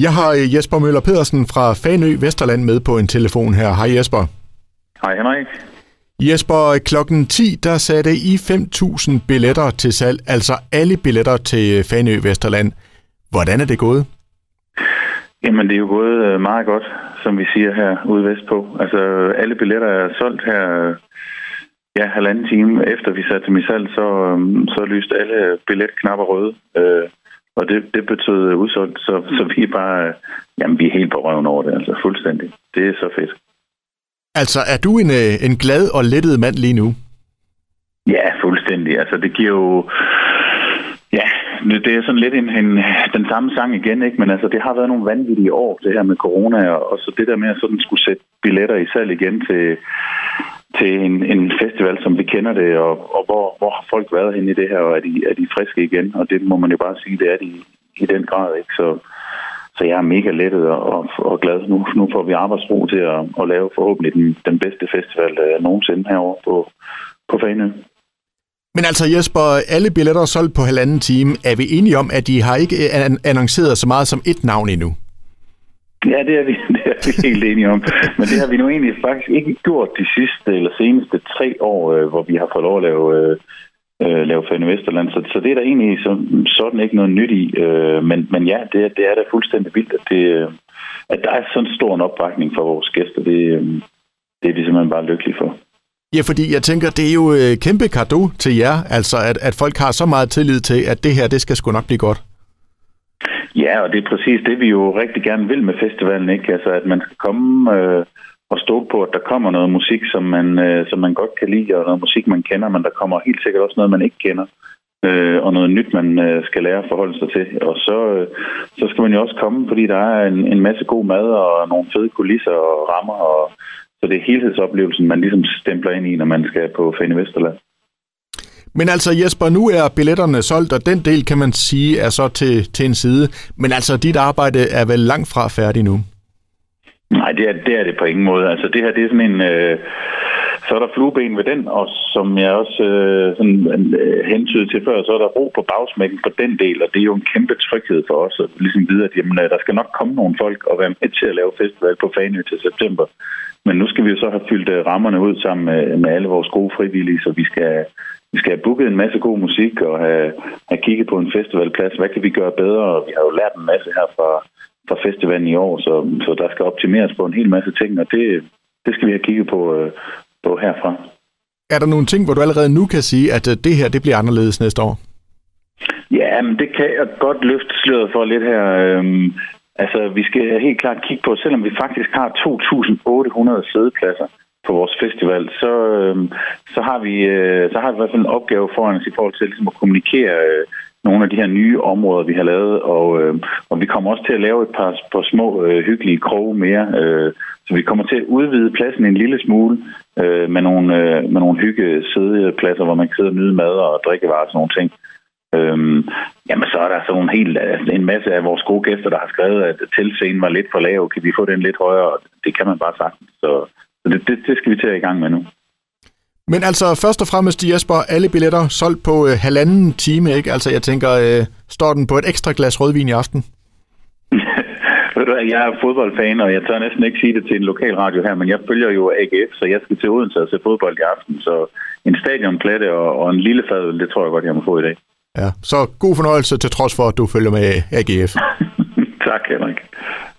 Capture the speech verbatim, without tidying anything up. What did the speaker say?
Jeg har Jesper Møller Pedersen fra Fanø Vesterland med på en telefon her. Hej Jesper. Hej Henrik. Jesper, klokken ti, der satte I fem tusind billetter til salg, altså alle billetter til Fanø Vesterland. Hvordan er det gået? Jamen, det er jo gået meget godt, som vi siger her ude vestpå. Altså, alle billetter er solgt her, ja, halvanden time efter vi satte dem i salg, så, så lyste alle billetknapper røde. Og det, det betød udsolgt, så, så vi er bare, jamen, vi er helt på røven over det, altså fuldstændig. Det er så fedt. Altså, er du en, en glad og lettet mand lige nu? Ja, fuldstændig. Altså, det giver jo... Ja, det er sådan lidt en, en, den samme sang igen, ikke? Men altså, det har været nogle vanvittige år, det her med corona, og så det der med at sådan skulle sætte billetter i salg igen til, til en, en festival, som vi kender det, og, og hvor, hvor har folk været henne i det her, og er de, er de friske igen? Og det må man jo bare sige, det er de i den grad, ikke? Så, så jeg er mega lettet og, og, og glad. Nu, nu får vi arbejdsro til at, at lave forhåbentlig den, den bedste festival uh, nogensinde herovre på, på Fanø. Men altså Jesper, alle billetter er solgt på halvanden time. Er vi enige om, at de har ikke annonceret så meget som et navn endnu? Ja, det er vi, det er vi helt enige om. Men det har vi nu egentlig faktisk ikke gjort de sidste eller seneste tre år, øh, hvor vi har fået lov at lave, øh, lave Fanø Vesterland. Så, så det er der egentlig så, sådan ikke noget nyt i. Øh, men, men ja, det er, det er da fuldstændig vildt, at, det, at der er sådan stor en opbakning for vores gæster. Det, det er vi simpelthen bare lykkelige for. Ja, fordi jeg tænker, det er jo et kæmpe cadeau til jer, altså at, at folk har så meget tillid til, at det her, det skal sgu nok blive godt. Ja, og det er præcis det, vi jo rigtig gerne vil med festivalen, ikke? Altså, at man skal komme øh, og stå på, at der kommer noget musik, som man, øh, som man godt kan lide, og noget musik, man kender, men der kommer helt sikkert også noget, man ikke kender, øh, og noget nyt, man øh, skal lære at forholde sig til. Og så, øh, så skal man jo også komme, fordi der er en, en masse god mad, og nogle fede kulisser og rammer, og så det er helhedsoplevelsen, man ligesom stempler ind i, når man skal på Fanø Vesterland. Men altså Jesper, nu er billetterne solgt, og den del kan man sige er så til, til en side. Men altså dit arbejde er vel langt fra færdig nu? Nej, det er det, er det på ingen måde. Altså det her, det er sådan en... Øh, så er der flueben ved den, og som jeg også øh, sådan, øh, hentydede til før, så er der ro på bagsmækken på den del, og det er jo en kæmpe tryghed for os at ligesom vide, at jamen, der skal nok komme nogle folk og være med til at lave festival på Fanø til september. Men nu skal vi jo så have fyldt rammerne ud sammen med, med alle vores gode frivillige, så vi skal, vi skal have booket en masse god musik og have, have kigget på en festivalplads. Hvad kan vi gøre bedre? Og vi har jo lært en masse her fra, fra festivalen i år, så, så der skal optimeres på en hel masse ting, og det, det skal vi have kigget på, på herfra. Er der nogle ting, hvor du allerede nu kan sige, at det her det bliver anderledes næste år? Ja, men det kan jeg godt løfte sløret for lidt her. Øhm, Altså, vi skal helt klart kigge på, selvom vi faktisk har to tusind otte hundrede sædepladser på vores festival, så, øh, så, har vi, øh, så har vi i hvert fald en opgave foran os i forhold til ligesom at kommunikere øh, nogle af de her nye områder, vi har lavet, og, øh, og vi kommer også til at lave et par, par små øh, hyggelige kroge mere, øh, så vi kommer til at udvide pladsen en lille smule øh, med nogle, øh, med nogle hygge sædepladser, hvor man kan sidde og nyde mad og drikkevarer og sådan nogle ting. Øhm, jamen så er der sådan en, helt, en masse af vores gode gæster, der har skrevet, at tilscenen var lidt for lav. Kan vi få den lidt højere? Det kan man bare sagtens. Så, så det, det, det skal vi til at i gang med nu. Men altså først og fremmest, Jesper, alle billetter solgt på øh, halvanden time, ikke? Altså jeg tænker, øh, står den på et ekstra glas rødvin i aften? Jeg er fodboldfan, og jeg tør næsten ikke sige det til en lokal radio her, men jeg følger jo A G F, så jeg skal til Odense og se fodbold i aften. Så en stadionplatte og, og en lille fadøl, det tror jeg godt, jeg må få i dag. Ja, så god fornøjelse til trods for, at du følger med A G F. Tak, Henrik.